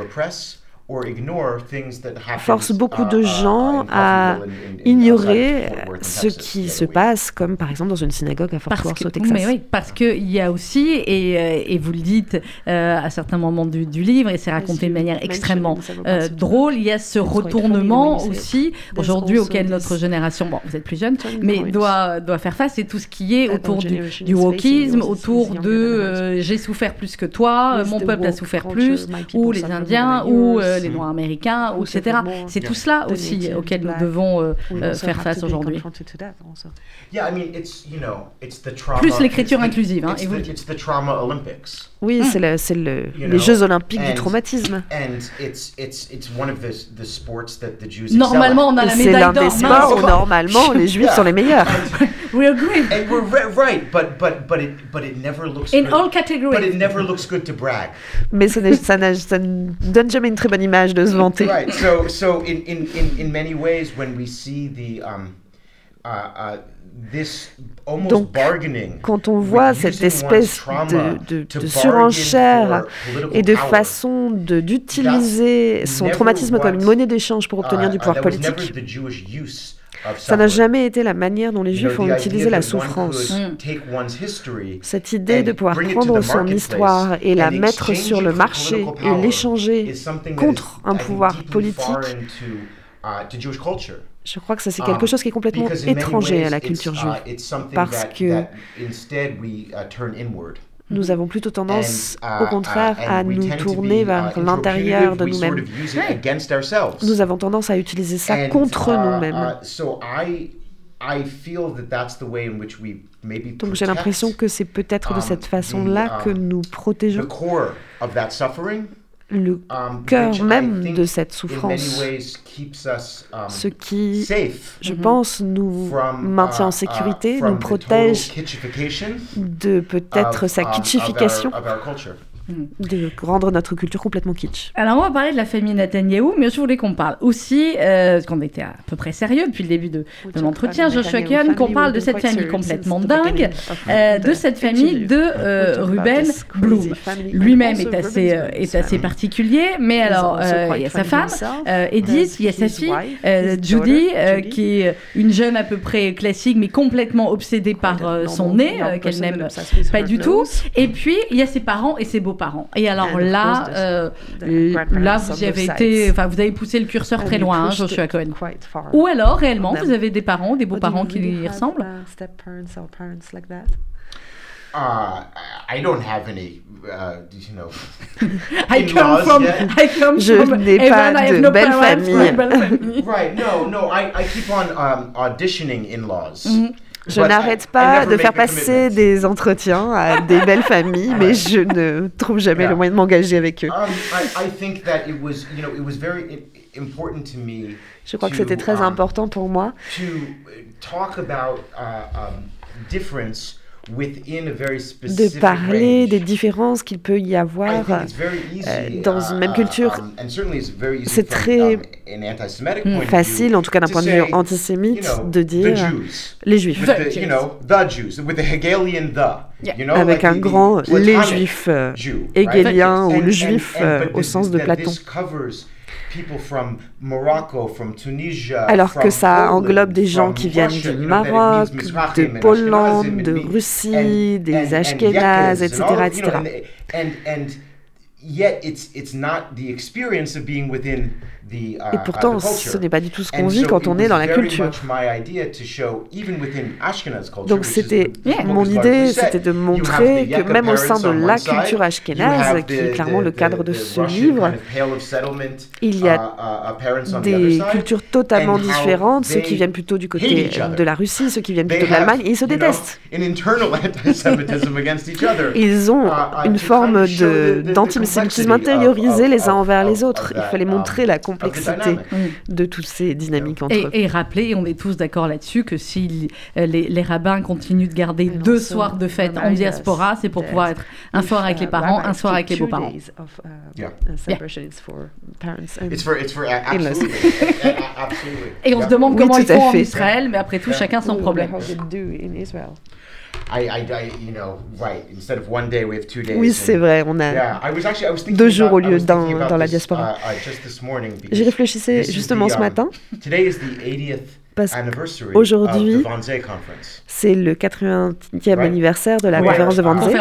force beaucoup de gens à ignorer ce qui se passe, comme par exemple dans une synagogue à Fort Worth au Texas. Mais oui, parce qu'il y a aussi, et vous le dites à certains moments du livre, et c'est raconté de manière extrêmement drôle, il y a ce retournement aussi, aujourd'hui, auquel notre génération, bon, vous êtes plus jeune, mais doit faire face, c'est tout ce qui est autour du wokisme, autour de j'ai souffert plus que toi, mon peuple a souffert plus, ou les Indiens, ou les Noirs américains, etc. C'est tout cela aussi auquel nous devons faire face aujourd'hui. Plus l'écriture inclusive. Hein, oui, c'est les Jeux olympiques du traumatisme. Normalement, on a la médaille d'or. C'est l'un des sports où normalement les Juifs sont les meilleurs. We agree. And we're right, but it never looks in good. All categories. But it never looks good to brag. Mais ça ne donne jamais une très bonne image de se vanter. Right. So in many ways, when we see the this almost Donc, bargaining, quand on voit cette espèce de surenchère et de façon d'utiliser son traumatisme comme une monnaie d'échange pour obtenir du pouvoir politique, ça n'a jamais été la manière dont les Juifs ont utilisé la souffrance. Cette idée de pouvoir prendre son histoire et la mettre sur le marché et l'échanger contre un pouvoir politique, je crois que ça c'est quelque chose qui est complètement étranger à la culture juive, parce que nous avons plutôt tendance, au contraire, à nous tourner vers l'intérieur de nous-mêmes. Nous avons tendance à utiliser ça contre nous-mêmes. Donc j'ai l'impression que c'est peut-être de cette façon-là que nous protégeons le cœur même de cette souffrance, ce qui, je pense, nous maintient en sécurité, nous protège de peut-être sa kitschification, de rendre notre culture complètement kitsch. Alors on va parler de la famille Netanyahou, mais je voulais qu'on parle aussi, parce qu'on était à peu près sérieux depuis le début de l'entretien, Joshua Cohen, qu'on parle de cette famille complètement dingue, de cette famille de Ruben Blum. Lui-même est assez particulier, mais alors il y a sa femme, Edith, il y a sa fille, Judy, qui est une jeune à peu près classique, mais complètement obsédée par son nez, qu'elle n'aime pas du tout. Et puis il y a ses parents et ses beaux-parents. Et alors là, vous y avez été, enfin, vous avez poussé le curseur très loin, hein, Joshua Cohen. Ou alors, réellement, vous avez des parents, des beaux-parents qui lui ressemblent. I don't have any, Je n'ai pas de belle famille. Right, no, I keep on auditioning in-laws. Je n'arrête pas de faire passer des entretiens à des belles familles, mais je ne trouve jamais le moyen de m'engager avec eux. Je crois que c'était très important pour moi de parler des différences qu'il peut y avoir dans une même culture. C'est très facile, en tout cas d'un point de vue antisémite, de dire les Juifs. Avec un grand les Juifs hégélien ou le Juif au sens de Platon. Alors que ça englobe des gens qui viennent du Maroc, de Pologne, de Russie, des Ashkénazes, etc. yet it's not the experience of being within the Et pourtant, ce n'est pas du tout ce qu'on vit quand on est dans la culture. Donc c'était mon idée, c'était de montrer que même au sein de la culture ashkénaze, qui est clairement le cadre de ce livre, il y a des cultures totalement différentes, ceux qui viennent plutôt du côté de la Russie, ceux qui viennent plutôt de l'Allemagne, et ils se détestent. Ils ont une forme d'antisémitisme intériorisé les uns envers les autres. Il fallait montrer la complexité de toutes ces dynamiques entre eux. Et rappeler, on est tous d'accord là-dessus, que si les rabbins continuent de garder 2 soirs de fête en diaspora, c'est pour pouvoir être un soir avec les parents, un soir avec les beaux-parents. Et on se demande comment ils font en Israël, mais après tout, chacun son problème. Oui, c'est vrai, on a 2 jours au lieu d'un dans la diaspora. J'y réfléchissais justement ce matin, parce qu'aujourd'hui, c'est le 80e anniversaire de la conférence de Wannsee,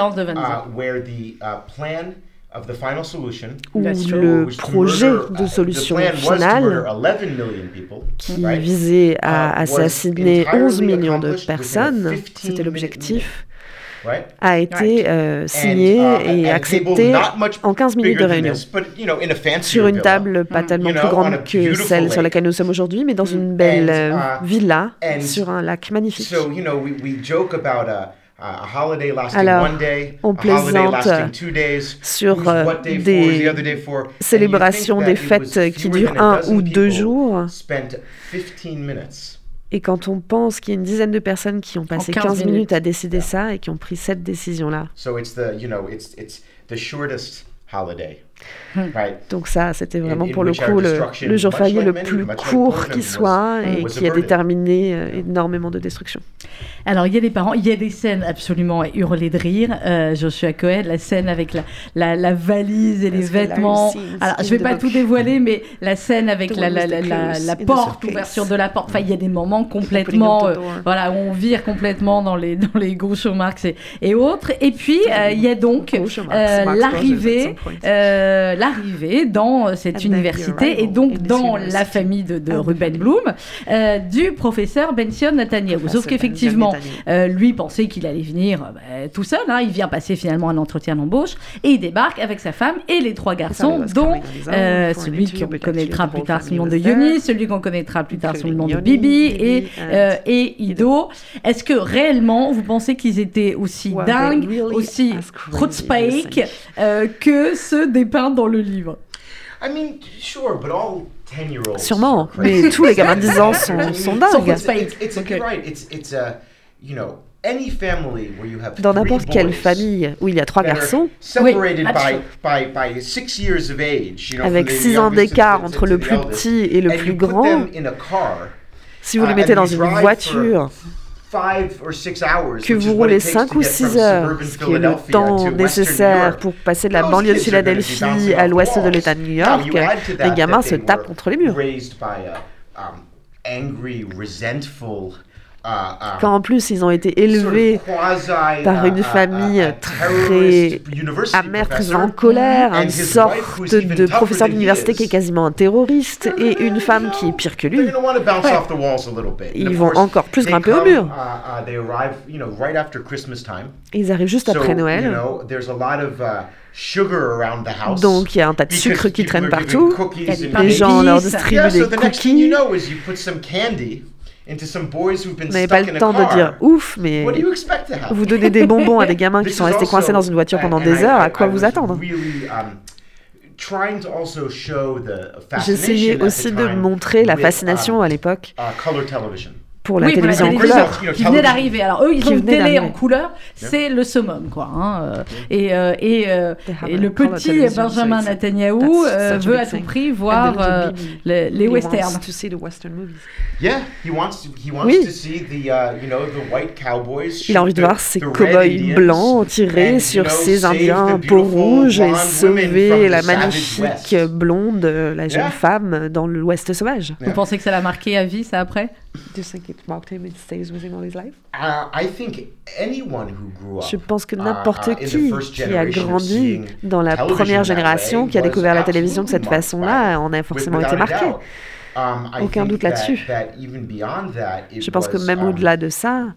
où le projet de solution finale, qui visait à assassiner 11 millions de personnes, c'était l'objectif, a été signé et accepté en 15 minutes de réunion, sur une table pas tellement plus grande que celle sur laquelle nous sommes aujourd'hui, mais dans une belle villa sur un lac magnifique. Alors, on plaisante sur des célébrations, des fêtes qui durent 1 ou 2 jours. Et quand on pense qu'il y a une dizaine de personnes qui ont passé 15 minutes à décider ça et qui ont pris cette décision-là. Donc ça, c'était vraiment pour le coup le jour férié le plus court qui soit et qui a déterminé énormément de destruction. Alors, il y a des parents, il y a des scènes absolument hurlées de rire. Joshua Cohen, la scène avec la valise et les vêtements. Alors, je ne vais pas tout dévoiler, mais la scène avec la porte, l'ouverture de la porte. Enfin, il y a des moments complètement, voilà, où on vire complètement dans les Groucho Marx et autres. Et puis, il y a donc l'arrivée dans cette université et donc dans la famille de Ruben Bloom du professeur Benzion Netanyahu. Sauf qu'effectivement, lui pensait qu'il allait venir tout seul. Hein. Il vient passer finalement un entretien d'embauche et il débarque avec sa femme et les 3 garçons, dont celui qu'on connaîtra plus tard sous le nom de Yoni, celui qu'on connaîtra plus tard sous le nom de Bibi et Ido. Est-ce que réellement vous pensez qu'ils étaient aussi dingues, aussi chutzpahik que ceux dépeints dans le livre? Sûrement, mais tous les gamins de 10 ans sont dingues. Dans n'importe quelle famille où il y a 3 garçons, avec 6 ans d'écart entre le plus petit et le plus grand, si vous les mettez dans une voiture, que vous roulez 5 ou 6 heures, ce qui est le temps nécessaire pour passer de la banlieue de Philadelphie à l'ouest de l'État de New York, les gamins se tapent contre les murs. Quand en plus ils ont été élevés par une famille très amère, très en colère, une sorte de professeur d'université qui est quasiment un terroriste et une femme qui est pire que lui, ils vont encore plus grimper au mur. Ils arrivent juste après Noël. Donc il y a un tas de sucre qui traîne partout. Les gens leur distribuent des cookies. Vous n'avez pas le temps de dire ouf, mais vous donnez des bonbons à des gamins qui sont restés coincés dans une voiture pendant des heures, à quoi vous attendre? J'essayais aussi de montrer la fascination à l'époque pour la télévision en couleur. Qui venait d'arriver. Alors eux, ils ont une télé en couleur, c'est le summum, quoi. Hein. Et le petit Benjamin Netanyahou veut à tout prix voir les westerns. Oui. Il a envie de voir ces cow-boys blancs tirer sur ces Indiens peau rouge et sauver la magnifique blonde, la jeune femme dans l'Ouest sauvage. Vous pensez que ça l'a marqué à vie, ça, après? Do you think it marked him? It stays with him all his life? I think anyone who grew up, je pense que n'importe qui a grandi dans la première génération, qui a découvert la télévision de cette façon-là, en a forcément été marqué. Aucun doute là-dessus. Je pense que même au-delà de ça,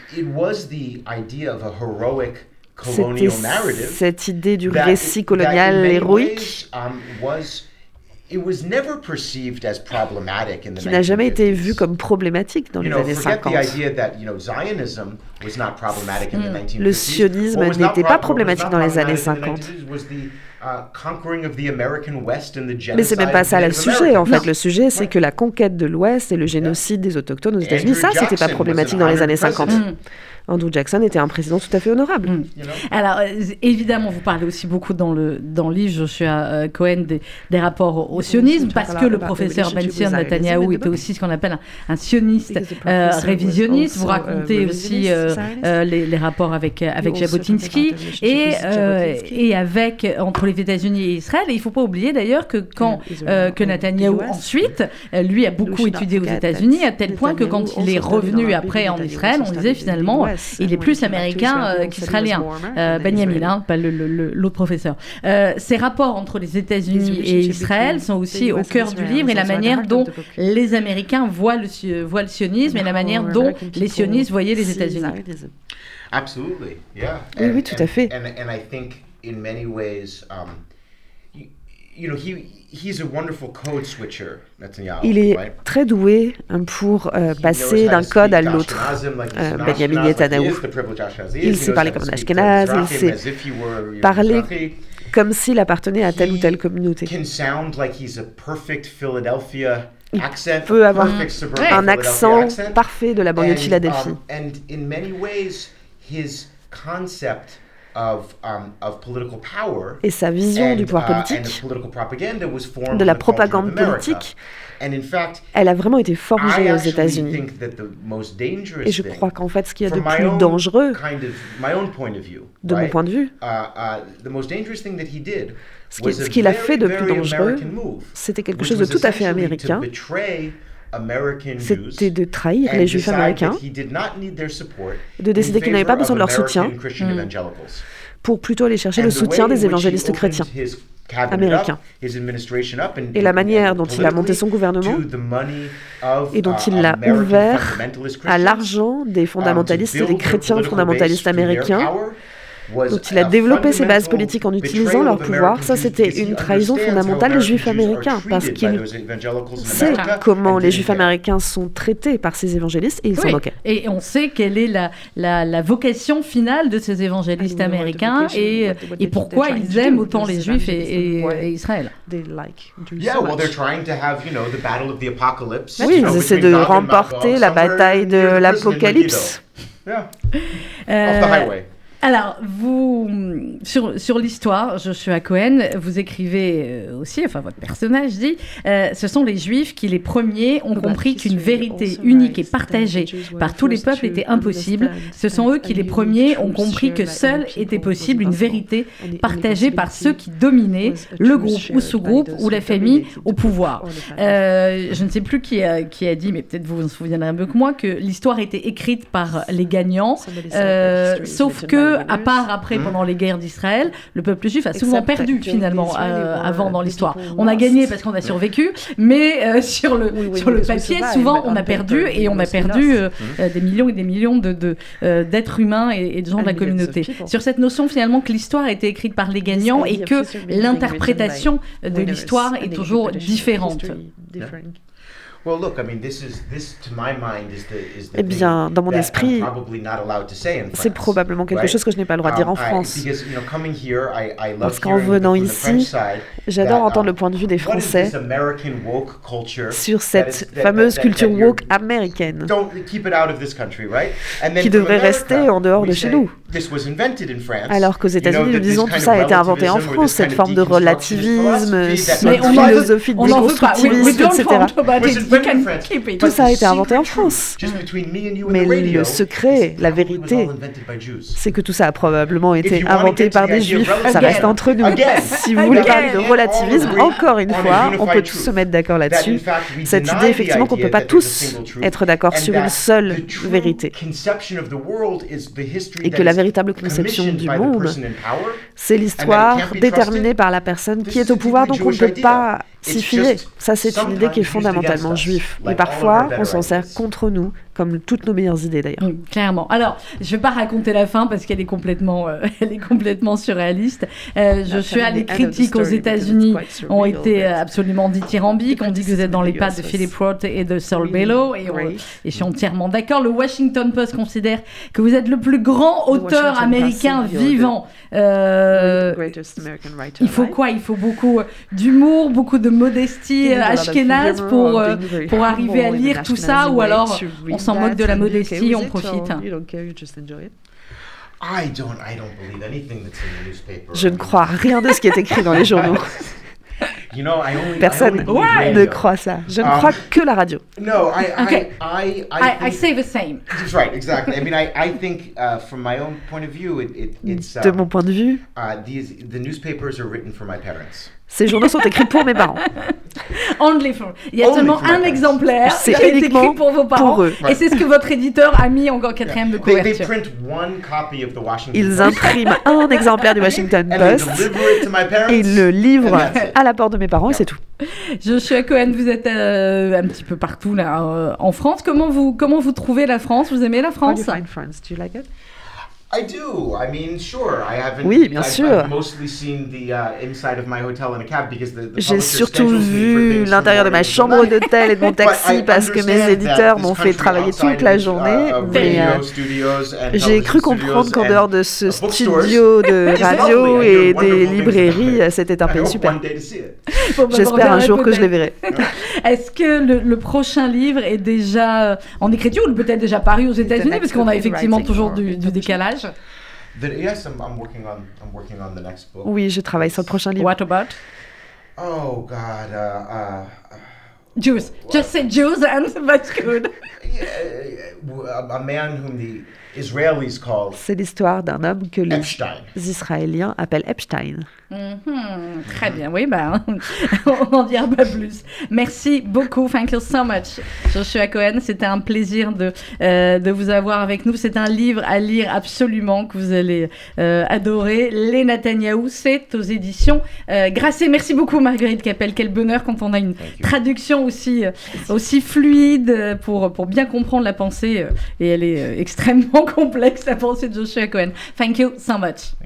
c'était cette idée du récit colonial héroïque qui n'a jamais été vu comme problématique dans les années 50. Le sionisme n'était pas problématique dans les années 50. Mais c'est même pas ça le sujet, en fait. Le sujet, c'est que la conquête de l'Ouest et le génocide des Autochtones aux États-Unis, ça, c'était pas problématique dans les années 50. Andrew Jackson était un président tout à fait honorable. Alors, évidemment, vous parlez aussi beaucoup dans le livre, Joshua Cohen, des rapports au sionisme, parce que le professeur Ben-Sion Netanyahu était aussi ce qu'on appelle un sioniste révisionniste. Vous racontez aussi les rapports avec Jabotinsky et avec entre les États-Unis et Israël. Et il ne faut pas oublier d'ailleurs que que Netanyahu ensuite, lui a beaucoup étudié aux États-Unis, à tel point que quand il est revenu après en Israël, on disait finalement il est plus américain qu'israélien. Benjamin, pas l'autre professeur. Ces rapports entre les États-Unis et Israël sont aussi au cœur du livre, et la manière dont les Américains voient le sionisme et la manière dont les sionistes voyaient les États-Unis. Absolutely, yeah. Oui, tout à fait. And I think in many ways, he's a wonderful code switcher, Netanyahu. Il est très doué pour passer d'un code à l'autre. Benjamin Netanyahu, il sait parler comme un Ashkenaz, il sait parler comme s'il appartenait à telle ou telle communauté. Il peut avoir un accent parfait de la banlieue de Philadelphie. Et sa vision du pouvoir politique, de la propagande politique, elle a vraiment été forgée aux États-Unis. Et je crois qu'en fait, ce qu'il y a de plus dangereux, de mon point de vue, ce qu'il a fait de plus dangereux, c'était quelque chose de tout à fait américain. C'était de trahir les Juifs américains, de décider qu'ils n'avaient pas besoin de leur soutien, pour plutôt aller chercher le soutien des évangélistes chrétiens américains. Et la manière dont il a monté son gouvernement et dont il l'a ouvert à l'argent des fondamentalistes et des chrétiens fondamentalistes américains, dont il a développé ses bases politiques en utilisant leur pouvoir, ça c'était une trahison fondamentale des Juifs américains, parce qu'il sait comment les Juifs américains sont traités par ces évangélistes et il s'en moquait. Et on sait quelle est la vocation finale de ces évangélistes américains et pourquoi ils aiment autant les Juifs et Israël. Oui, ils essaient de remporter la bataille de l'Apocalypse. Alors, vous, sur l'histoire, Joshua Cohen, vous écrivez aussi, enfin votre personnage dit, ce sont les Juifs qui les premiers ont compris qu'une vérité unique et partagée par tous les peuples était impossible. Ce sont eux qui les premiers ont compris que seule était possible une vérité partagée par ceux qui dominaient, le groupe ou sous-groupe ou la famille au pouvoir. Je ne sais plus qui a dit, mais peut-être vous vous souviendrez mieux que moi, que l'histoire était écrite par les gagnants, sauf que à part après, pendant les guerres d'Israël, le peuple juif a souvent perdu finalement avant dans l'histoire. On a gagné parce qu'on a survécu, mais sur le papier, souvent on a perdu, et on a perdu des millions et des millions d'êtres humains et de gens de la communauté. Sur cette notion finalement que l'histoire a été écrite par les gagnants et que l'interprétation de l'histoire est toujours différente. Eh bien, dans mon esprit, c'est probablement quelque chose que je n'ai pas le droit de dire en France. Parce qu'en venant ici, j'adore entendre le point de vue des Français sur cette fameuse culture woke américaine qui devrait rester en dehors de chez nous. Alors qu'aux États-Unis, nous disons tout ça a été inventé en France, cette forme de relativisme, cette philosophie de déconstructivisme, etc. Tout ça a été inventé en France. Mais le secret, la vérité, c'est que tout ça a probablement été inventé par des juifs. Ça reste entre nous. Si vous voulez parler de relativisme, encore une fois, on peut tous se mettre d'accord là-dessus. Cette idée, effectivement, qu'on ne peut pas tous être d'accord sur une seule vérité. Et que la véritable conception du monde, c'est l'histoire déterminée par la personne qui est au pouvoir, donc on ne peut pas s'y fier. Ça, c'est une idée qui est fondamentalement juive. Et parfois, on s'en sert contre nous, comme toutes nos meilleures idées d'ailleurs. Oui, clairement. Alors, je ne vais pas raconter la fin parce qu'elle est complètement surréaliste. Les critiques aux États-Unis ont été absolument dithyrambiques. On dit que vous êtes dans les pattes de Philip Roth et de Saul Bellow, et je suis entièrement d'accord. Le Washington Post considère que vous êtes le plus grand auteur américain vivant. Il faut quoi ? Il faut beaucoup d'humour, beaucoup de modestie ashkénaze pour arriver à lire tout ça, ou alors on s'en moque de la modestie, on profite. Je ne crois rien de ce qui est écrit dans les journaux. Personne ne croit ça. Je ne crois que la radio. I say the same. That's right, exactly. I mean, I think from my own point of view, de mon point de vue, the newspapers are written for my parents. Ces journaux sont écrits pour mes parents. Il y a seulement un exemplaire qui est écrit pour vos parents. Pour eux. Et c'est ce que votre éditeur a mis en quatrième de couverture. Ils impriment un exemplaire du Washington Post et ils le livrent à la porte de mes parents, et c'est tout. Joshua Cohen, vous êtes un petit peu partout là, en France. Comment vous trouvez la France ? Vous aimez la France ? How do you find France? Do you like it? I do. I mean, sure. I haven't. Oui, bien sûr. I've mostly seen the inside of my hotel in a cab because the J'ai surtout vu l'intérieur de ma chambre d'hôtel et de mon taxi parce que mes éditeurs m'ont fait travailler toute la journée. Mais j'ai cru comprendre qu'en dehors de ce studio de radio et des librairies, c'était un pays super. J'espère un jour que je les verrai. Est-ce que le prochain livre est déjà en écriture ou peut-être déjà paru aux États-Unis, parce qu'on a effectivement toujours du décalage? Yes, I'm working on the next book. Oui, je travaille sur le prochain livre. What about? Oh God, Jews. Just say Jews and that's good. A man whom the Israelis call. C'est l'histoire d'un homme que les Epstein. Israéliens appellent Epstein. Très bien, oui, on n'en dira pas plus. Merci beaucoup, thank you so much, Joshua Cohen. C'était un plaisir de vous avoir avec nous. C'est un livre à lire absolument que vous allez adorer. Les Netanyahou, c'est aux éditions Grasset. Merci beaucoup, Marguerite Capel. Quel bonheur quand on a une traduction aussi fluide pour bien comprendre la pensée. Et elle est extrêmement complexe, la pensée de Joshua Cohen. Thank you so much.